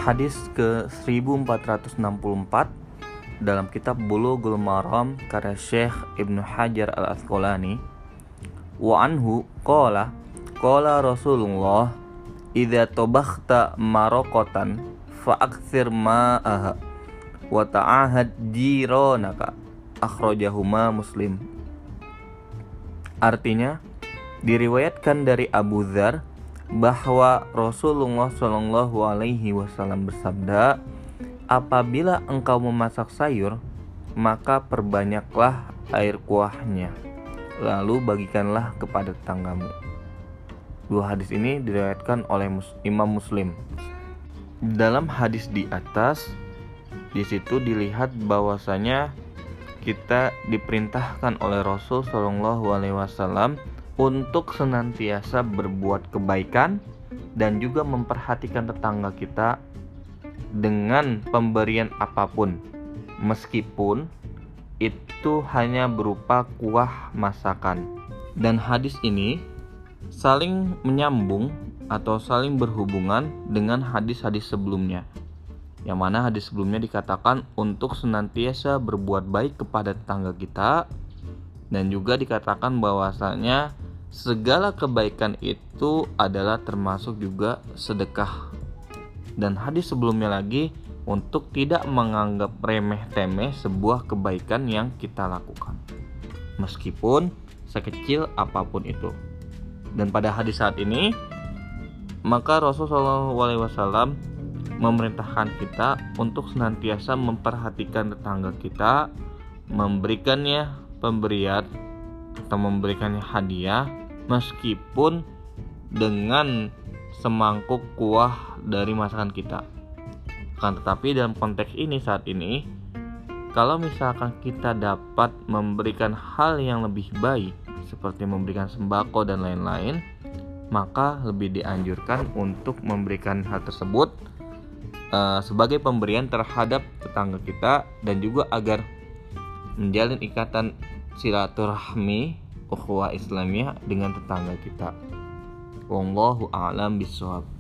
Hadis ke 1464 dalam kitab Bulughul Maram karya Syekh Ibnu Hajar Al-Asqalani. Wa anhu qala Rasulullah idza tabakhta maraqatan fa'aktsir ma'aha wa ta'ahad jiranaka, akhrajahuma Muslim. Artinya, diriwayatkan dari Abu Dzar bahwa Rasulullah Shallallahu Alaihi Wasallam bersabda, apabila engkau memasak sayur, maka perbanyaklah air kuahnya, lalu bagikanlah kepada tetanggamu. Dua hadis ini diriwayatkan oleh Imam Muslim. Dalam hadis di atas, di situ dilihat bahwasanya kita diperintahkan oleh Rasul Shallallahu Alaihi Wasallam untuk senantiasa berbuat kebaikan dan juga memperhatikan tetangga kita dengan pemberian apapun, meskipun itu hanya berupa kuah masakan. Dan hadis ini saling menyambung atau saling berhubungan dengan hadis-hadis sebelumnya, yang mana hadis sebelumnya dikatakan untuk senantiasa berbuat baik kepada tetangga kita, dan juga dikatakan bahwasanya segala kebaikan itu adalah termasuk juga sedekah. Dan hadis sebelumnya lagi untuk tidak menganggap remeh-temeh sebuah kebaikan yang kita lakukan, meskipun sekecil apapun itu. Dan pada hadis saat ini, maka Rasulullah SAW memerintahkan kita untuk senantiasa memperhatikan tetangga kita, memberikannya pemberian atau memberikannya hadiah, meskipun dengan semangkuk kuah dari masakan kita. Akan tetapi dalam konteks ini saat ini, kalau misalkan kita dapat memberikan hal yang lebih baik seperti memberikan sembako dan lain-lain, maka lebih dianjurkan untuk memberikan hal tersebut sebagai pemberian terhadap tetangga kita, dan juga agar menjalin ikatan silaturahmi ukhuwah Islamiyah dengan tetangga kita. Wallahu a'lam bishawab.